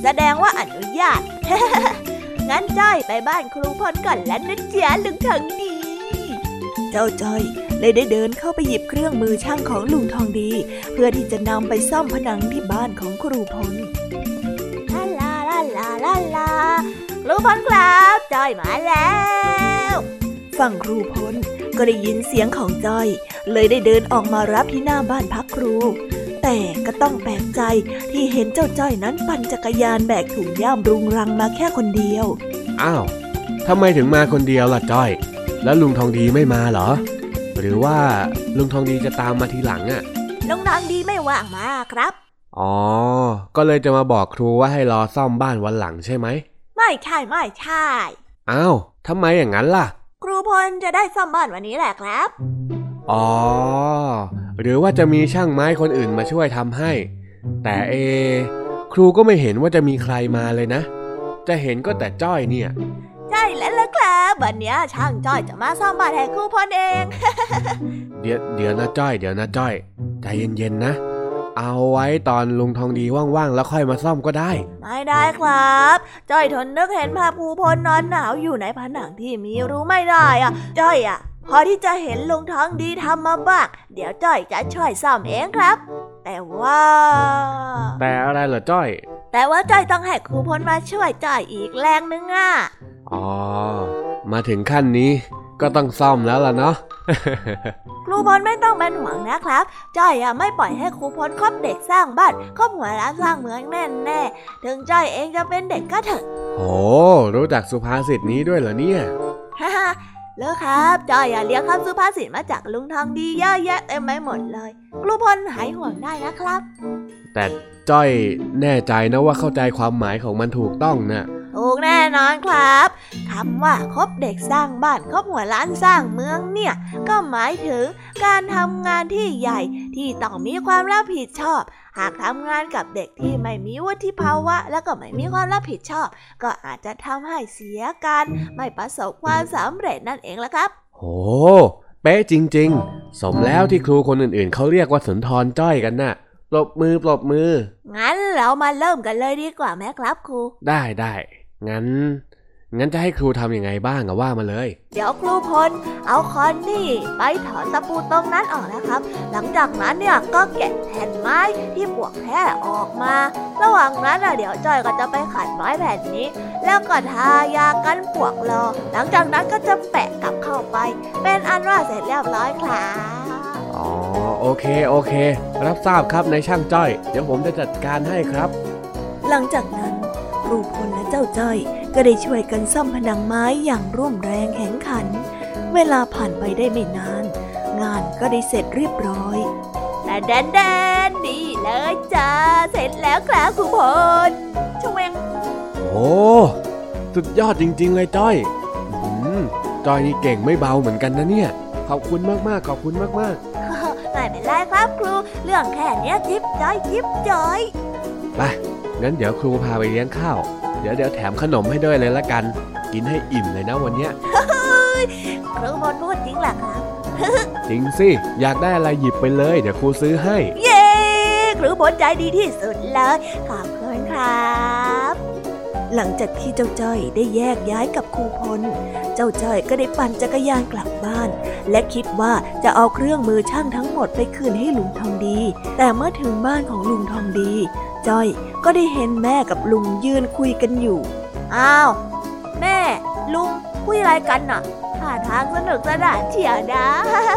แสดงว่าอนุญาต งั้นจ้อยไปบ้านครูพลก่อนแล้วนะจ๊ะลุงทองดีเจ้าจ้อยเลยได้เดินเข้าไปหยิบเครื่องมือช่างของลุงทองดีเพื่อที่จะนำไปซ่อมผนังที่บ้านของครูพลลาลาลาลาลาครูพลครับจ้อยมาแล้วฝั่งครูพลก็ได้ยินเสียงของจ้อยเลยได้เดินออกมารับที่หน้าบ้านพักครูแต่ก็ต้องแปลกใจที่เห็นเจ้าจ้อยนั้นปั่นจักรยานแบกถุงย่ามรุงรังมาแค่คนเดียวอ้าวทำไมถึงมาคนเดียวล่ะจ้อยแล้วลุงทองดีไม่มาเหรอหรือว่าลุงทองดีจะตามมาทีหลังอ่ะลุงทองดีไม่ว่างมาครับอ๋อก็เลยจะมาบอกครูว่าให้รอซ่อมบ้านวันหลังใช่ไหมไม่ใช่ไม่ใช่อ้าวทำไมอย่างนั้นล่ะครูพลจะได้ซ่อมบ้านวันนี้แหละครับอ๋อหรือว่าจะมีช่างไม้คนอื่นมาช่วยทำให้แต่ครูก็ไม่เห็นว่าจะมีใครมาเลยนะจะเห็นก็แต่จ้อยเนี่ยใช่แล้วล่ะครับวันนี้ช่างจ้อยจะมาซ่อมบ้านให้ครูพลเองเดี๋ยวนะจ้อยใจเย็นๆนะเอาไว้ตอนลุงทองดีว่างๆแล้วค่อยมาซ่อมก็ได้ไม่ได้ครับจ้อยทนนึกเห็นภาพครูพลนอนหนาวอยู่ในผนังที่มีรูไม่ได้อ่ะจ้อยพอที่จะเห็นลุงทองดีทำมาบ้างเดี๋ยวจ้อยจะช่วยซ่อมเองครับแต่อะไรเหรอจ้อยแต่ว่าจ้อยต้องให้ครูพลมาช่วยจ้อยอีกแรงนึงอ่ะอ๋อมาถึงขั้นนี้ก็ต้องซ่อมแล้วล่ะเนาะครูพลไม่ต้องเป็นห่วงนะครับจ้อยไม่ปล่อยให้ครูพลคบเด็กสร้างบ้านคบหัวล้านสร้างเมืองแน่ถึงจ้อยเองจะเป็นเด็กก็เถอะโอ้รู้จักสุภาษิตนี้ด้วยเหรอเนี่ยเลิกครับจ้อยเรียกคำสุภาษิตมาจากลุงทองดีเยอะแยะเต็มไปหมดเลยครูพลหายห่วงได้นะครับแต่จ้อยแน่ใจนะว่าเข้าใจความหมายของมันถูกต้องนะถูกแน่นอนครับคำว่าคบเด็กสร้างบ้านคบหัวล้านสร้างเมืองเนี่ยก็หมายถึงการทำงานที่ใหญ่ที่ต้องมีความรับผิดชอบหากทำงานกับเด็กที่ไม่มีวุฒิภาวะและก็ไม่มีความรับผิดชอบก็อาจจะทำให้เสียการไม่ประสบความสำเร็จนั่นเองละครับโหเป๊ะจริงๆสมแล้วที่ครูคนอื่นๆเขาเรียกว่าสุนทรจ้อยกันน่ะปรบมืองั้นเรามาเริ่มกันเลยดีกว่าไหมครับครูได้งั้นจะให้ครูทำยังไงบ้างว่ามาเลยเดี๋ยวครูพลเอาค้อนนี่ไปถอนตะปูตรงนั้นออกนะครับหลังจากนั้นเนี่ยก็แกะแผ่นไม้ที่ปวกแท้ออกมาระหว่างนั้นเดี๋ยวจ้อยก็จะไปขัดไม้แผ่นนี้แล้วก็ทายากันปวกรอหลังจากนั้นก็จะแปะกลับเข้าไปเป็นอันว่าเสร็จเรียบร้อยครับอ๋อโอเครับทราบครับนายช่างจ้อยเดี๋ยวผมจะจัดการให้ครับหลังจากนั้นครูพลและเจ้าจ้อยก็ได้ช่วยกันซ่อมผนังไม้อย่างร่วมแรงแข็งขันเวลาผ่านไปได้ไม่นานงานก็ได้เสร็จเรียบร้อยแต่แดนนี่เลยจ้าเสร็จแล้วครับครูพลช่วยโอ้สุดยอดจริงๆเลยจ้อยจ้อยนี่เก่งไม่เบาเหมือนกันนะเนี่ยขอบคุณมากๆไม่เป็นไรครับครูเรื่องแค่นี้จิ๊บจ้อยไปงั้นเดี๋ยวครูพาไปเลี้ยงข้าวเดี๋ยวแถมขนมให้ด้วยเลยละกันกินให้อิ่มเลยนะวันเนี้ยครูพลพูดจริงเหรอครับจริงสิอยากได้อะไรหยิบไปเลยเดี๋ยวครูซื้อให้เย้ครูพลใจดีที่สุดเลยขอบคุณครับหลังจากที่เจ้าจ้อยได้แยกย้ายกับครูพลเจ้าจ้อยก็ได้ปั่นจักรยานกลับบ้านและคิดว่าจะเอาเครื่องมือช่างทั้งหมดไปคืนให้ลุงทองดีแต่เมื่อถึงบ้านของลุงทองดีจ้อยก็ได้เห็นแม่กับลุงยืนคุยกันอยู่อ้าวแม่ลุงคุยอะไรกันน่ะท่าทางสนุกสนานเชียวนะ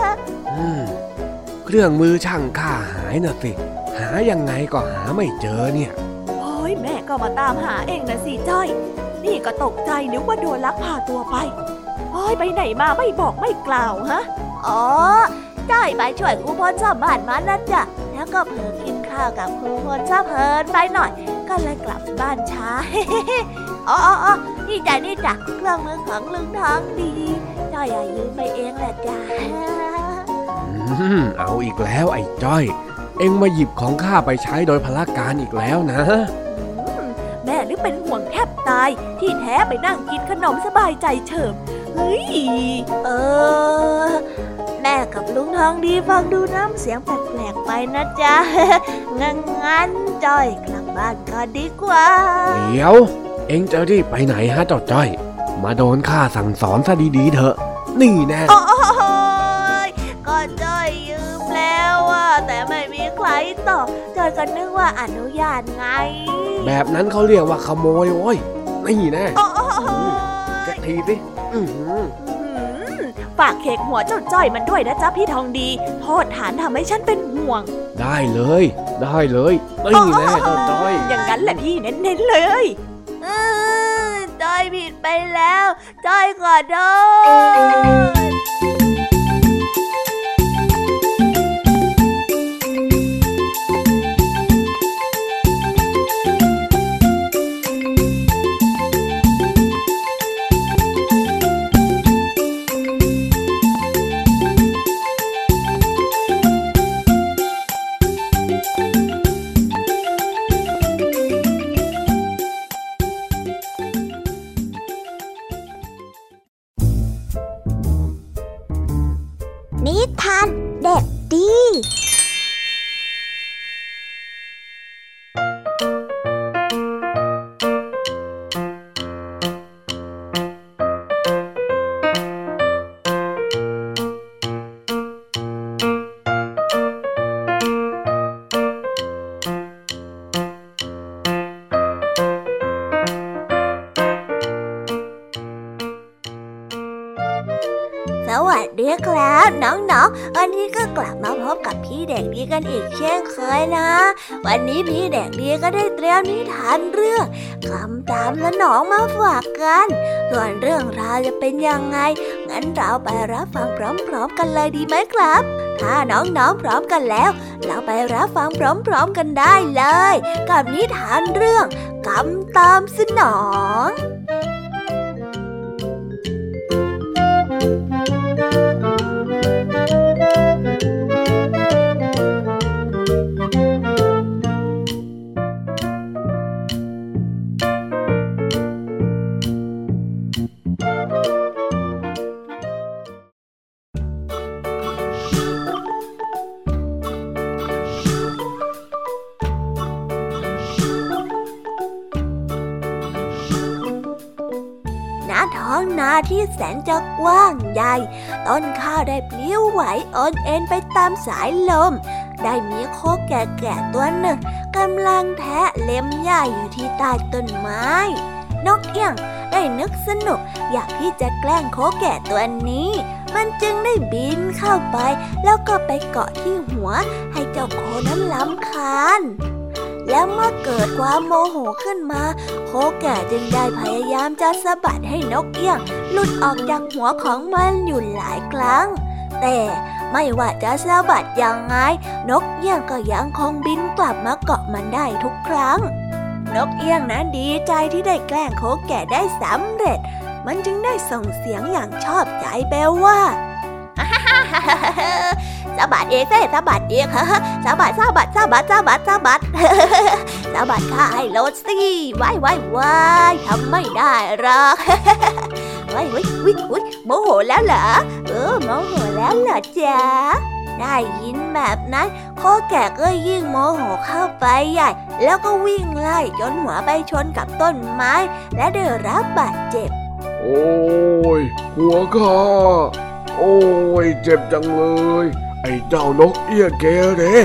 เครื่องมือช่างข้าหายน่ะสิหายังไงก็หาไม่เจอเนี่ยโอ้ยแม่ก็มาตามหาเองนะสิจ้อยนี่ก็ตกใจนึกว่าโดนลักพาตัวไปโอ้ยไปไหนมาไม่บอกไม่กล่าวฮะอ๋อจ้อยไปช่วยครูพลซ่อมบ้านมานะจ๊ะแล้วก็เผลอกินข้าวกับครูพลซะเพลินไปหน่อยก็เลยกลับบ้านช้าอ๋อนี่จ้ะเครื่องมือของลุงทองดีจ้อยยืมไปเองแหละจ้ะเอาอีกแล้วไอ้จ้อยเอ็งมาหยิบของข้าไปใช้โดยพละการอีกแล้วนะแม่หรือเป็นห่วงแทบตายที่แท้ไปนั่งกินขนมสบายใจเฉิบเฮ้ยแม่กับลุงทองดีฟังดูน้ำเสียงแปลกๆไปนะจ๊ะงั้นจ้อยกลับบ้านก่อนดีกว่าเดี๋ยวเอ็งจะรีบไปไหนฮะเจ้าจ้อยมาโดนข้าสั่งสอนซะดีๆเถอะนี่แน่โอ้ยก็จ้อยยืมแล้วแต่ไม่มีใครตอบจ้อยก็นึกว่าอนุญาตไงแบบนั้นเขาเรียกว่าขโมยโว้ยนี่แน่จะทีสิฝากเค้กหัวเจ้าจ้อยมันด้วยนะจ๊ะพี่ทองดีโทษฐานทำให้ฉันเป็นห่วงได้เลยนี่แน่เจ้าจ้อยอย่างนั้นแหละพี่เน้นๆเลยจ้อยผิดไปแล้วจ้อยขอโทษนิทานเด็กดีสวัสดีครับน้องๆวันนี้ก็กลับมาพบกับพี่เด็กดีกันอีกเช่นเคยนะวันนี้พี่เด็กดีก็ได้เตรียมนิทานเรื่องคำตามสนองมาฝากกันส่วนเรื่องราวจะเป็นยังไงงั้นเราไปรับฟังพร้อมๆกันเลยดีไหมครับถ้าน้องๆพร้อมกันแล้วเราไปรับฟังพร้อมๆกันได้เลยกับนิทานเรื่องคำตามสนองท้องนาที่แสนจะกว้างใหญ่ต้นข้าวได้ปลิวไหวโอนเอ็นไปตามสายลมได้มีโคแก่ๆตัวหนึ่งกำลังแทะเล็มหญ้าอยู่ที่ใต้ต้นไม้นกเอี้ยงได้นึกสนุกอยากที่จะแกล้งโคแก่ตัวนี้มันจึงได้บินเข้าไปแล้วก็ไปเกาะที่หัวให้เจ้าโคนั้นรำคาญแล้วเมื่อเกิดความโมโหขึ้นมาโคแก่จึงได้พยายามจะสะบัดให้นกเอี้ยงหลุดออกจากหัวของมันอยู่หลายครั้งแต่ไม่ว่าจะสะบัดยังไงนกเอี้ยงก็ยังคงบินกลับมาเกาะมันได้ทุกครั้งนกเอี้ยงนั้นดีใจที่ได้แกล้งโคแก่ได้สำเร็จมันจึงได้ส่งเสียงอย่างชอบใจไปว่าสะบัดเองสิสะบัดเองสะบัดข้าให้โลดสิว้ายทำไม่ได้หรอกว้ายโมโหแล้วเหรอโมโหแล้วเหรอจ๊ะได้ยินแบบนั้นโคแก่ก็ยิ่งโมโหเข้าไปใหญ่แล้วก็วิ่งไล่จนหัวไปชนกับต้นไม้และได้รับบาดเจ็บโอ้ยหัวข้าโอ้ยเจ็บจังเลยไอ้เจ้านกเอี้ยงแกเด้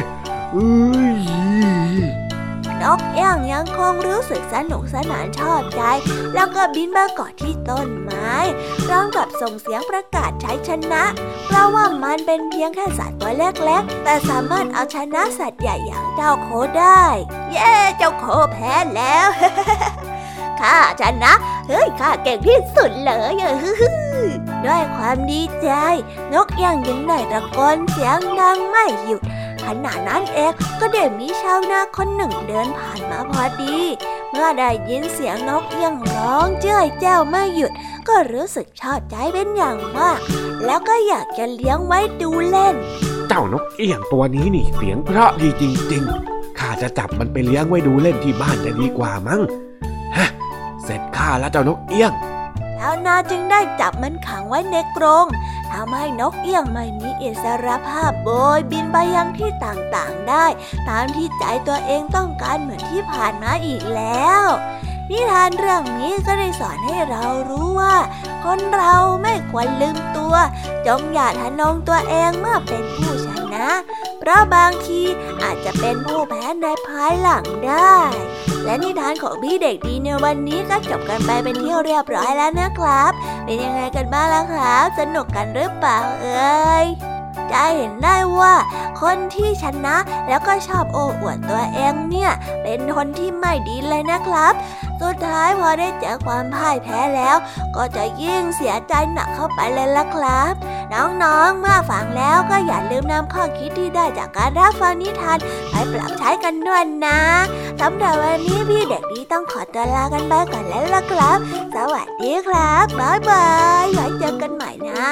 นกเอี้ยงยังคงรู้สึกสนุกสนานชอบใจแล้วก็บินมาเกาะที่ต้นไม้พร้อมกับส่งเสียงประกาศชัยชนะเพราะว่ามันเป็นเพียงแค่สัตว์ตัวเล็กๆแต่สามารถเอาชนะสัตว์ใหญ่อย่างเจ้าโคได้เย้เจ้าโคแพ้แล้วข้าชนะข้าเก่งที่สุดเลยด้วยความดีใจนกเอี้ยงยังได้ตะโกนเสียงดังไม่หยุดขณะนั้นเองก็ได้มีชาวนาคนหนึ่งเดินผ่านมาพอดีเมื่อได้ยินเสียงนกเอี้ยงร้องเจ้ยแจ้วไม่หยุดก็รู้สึกชอบใจเป็นอย่างมากแล้วก็อยากจะเลี้ยงไว้ดูเล่นเจ้านกเอี้ยงตัวนี้นี่เสียงเพราะดีจริงๆข้าจะจับมันไปเลี้ยงไว้ดูเล่นที่บ้านจะดีกว่ามั้งเสร็จข้าแล้วเจ้านกเอี้ยงชาวนาจึงได้จับมันขังไว้ในกรงททำให้นกเอี้ยงไม่มีอิสรภาพโบยบินไปยังที่ต่างๆได้ตามที่ใจตัวเองต้องการเหมือนที่ผ่านมาอีกแล้วนิทานเรื่องนี้ก็ได้สอนให้เรารู้ว่าคนเราไม่ควรลืมตัวจงอย่าทะนงตัวเองเมื่อเป็นผู้ชนะเพราะบางทีอาจจะเป็นผู้แพ้ในภายหลังได้และนิทานของพี่เด็กดีในวันนี้ก็จบกันไปเป็นที่เรียบร้อยแล้วนะครับเป็นยังไงกันบ้างล่ะครับสนุกกันหรือเปล่าเอ่ยจะเห็นได้ว่าคนที่ชนะแล้วก็ชอบโอ้อวดตัวเองเนี่ยเป็นคนที่ไม่ดีเลยนะครับสุดท้ายพอได้เจอความพ่ายแพ้แล้วก็จะยิ่งเสียใจหนักเข้าไปเลยล่ะครับน้องๆเมื่อฟังแล้วก็อย่าลืมนำข้อคิดที่ได้จากการรับฟังนิทานไปปรับใช้กันด้วยนะสำหรับวันนี้พี่เด็กดีต้องขอตัวลากันไปก่อนแล้วล่ะครับสวัสดีครับบ๊ายบายไว้เจอกันใหม่นะ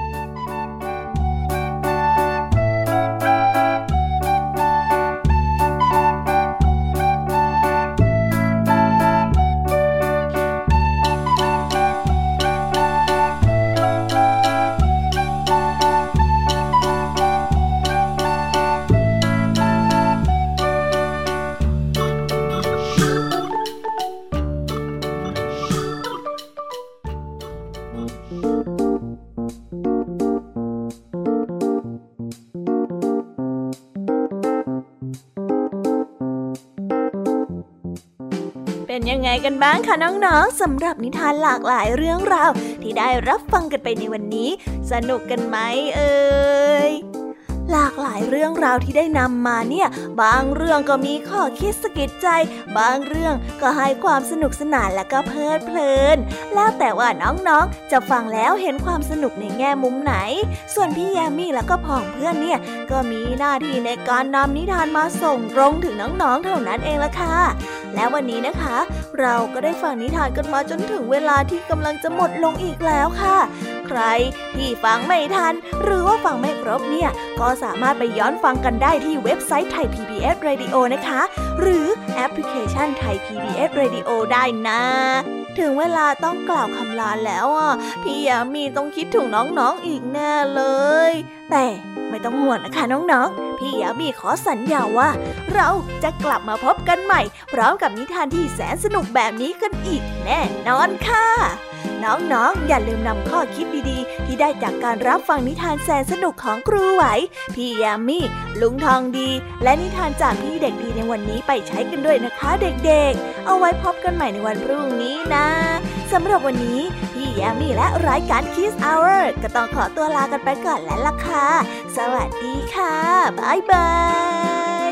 เป็นยังไงกันบ้างคะน้องๆสำหรับนิทานหลากหลายเรื่องราวที่ได้รับฟังกันไปในวันนี้สนุกกันไหมเอ่ยหลากหลายเรื่องราวที่ได้นำมาเนี่ยบางเรื่องก็มีข้อคิดสะกิดใจบางเรื่องก็ให้ความสนุกสนานและก็เพลิดเพลินแล้วแต่ว่าน้องๆจะฟังแล้วเห็นความสนุกในแง่มุมไหนส่วนพี่แยมมี่แล้วก็พ่องเพื่อนเนี่ยก็มีหน้าที่ในการนำนิทานมาส่งตรงถึงน้องๆเท่านั้นเองละค่ะและวันนี้นะคะเราก็ได้ฟังนิทานกันมาจนถึงเวลาที่กำลังจะหมดลงอีกแล้วค่ะใครที่ฟังไม่ทันหรือว่าฟังไม่ครบเนี่ยก็สามารถไปย้อนฟังกันได้ที่เว็บไซต์ Thai PBS Radio นะคะหรือแอปพลิเคชัน Thai PBS Radio ได้นะถึงเวลาต้องกล่าวคำลาแล้วอ่ะพี่ยามีต้องคิดถึงน้องๆอีกแน่เลยแต่ไม่ต้องห่วงนะคะน้องๆพี่ยามีขอสัญญาว่าเราจะกลับมาพบกันใหม่พร้อมกับนิทานที่แสนสนุกแบบนี้กันอีกแน่นอนค่ะน้องๆอย่าลืมนำข้อคิดดีๆที่ได้จากการรับฟังนิทานแสนสนุกของครูไหวพี่ยามีลุงทองดีและนิทานจากพี่เด็กดีในวันนี้ไปใช้กันด้วยนะคะเด็กๆเอาไว้พบกันใหม่ในวันพรุ่งนี้นะสำหรับวันนี้พี่ยามีและรายการ Kids Hour ก็ต้องขอตัวลากันไปก่อนแล้วล่ะค่ะสวัสดีค่ะบ๊ายบาย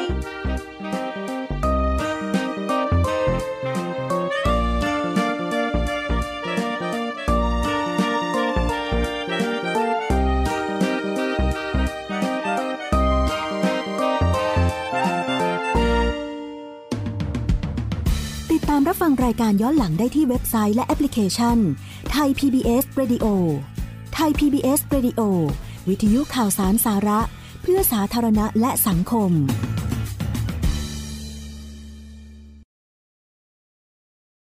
ตามรับฟังรายการย้อนหลังได้ที่เว็บไซต์และแอปพลิเคชัน Thai PBS Radio Thai PBS Radio วิทยุข่าวสารสาระเพื่อสาธารณะและสังคม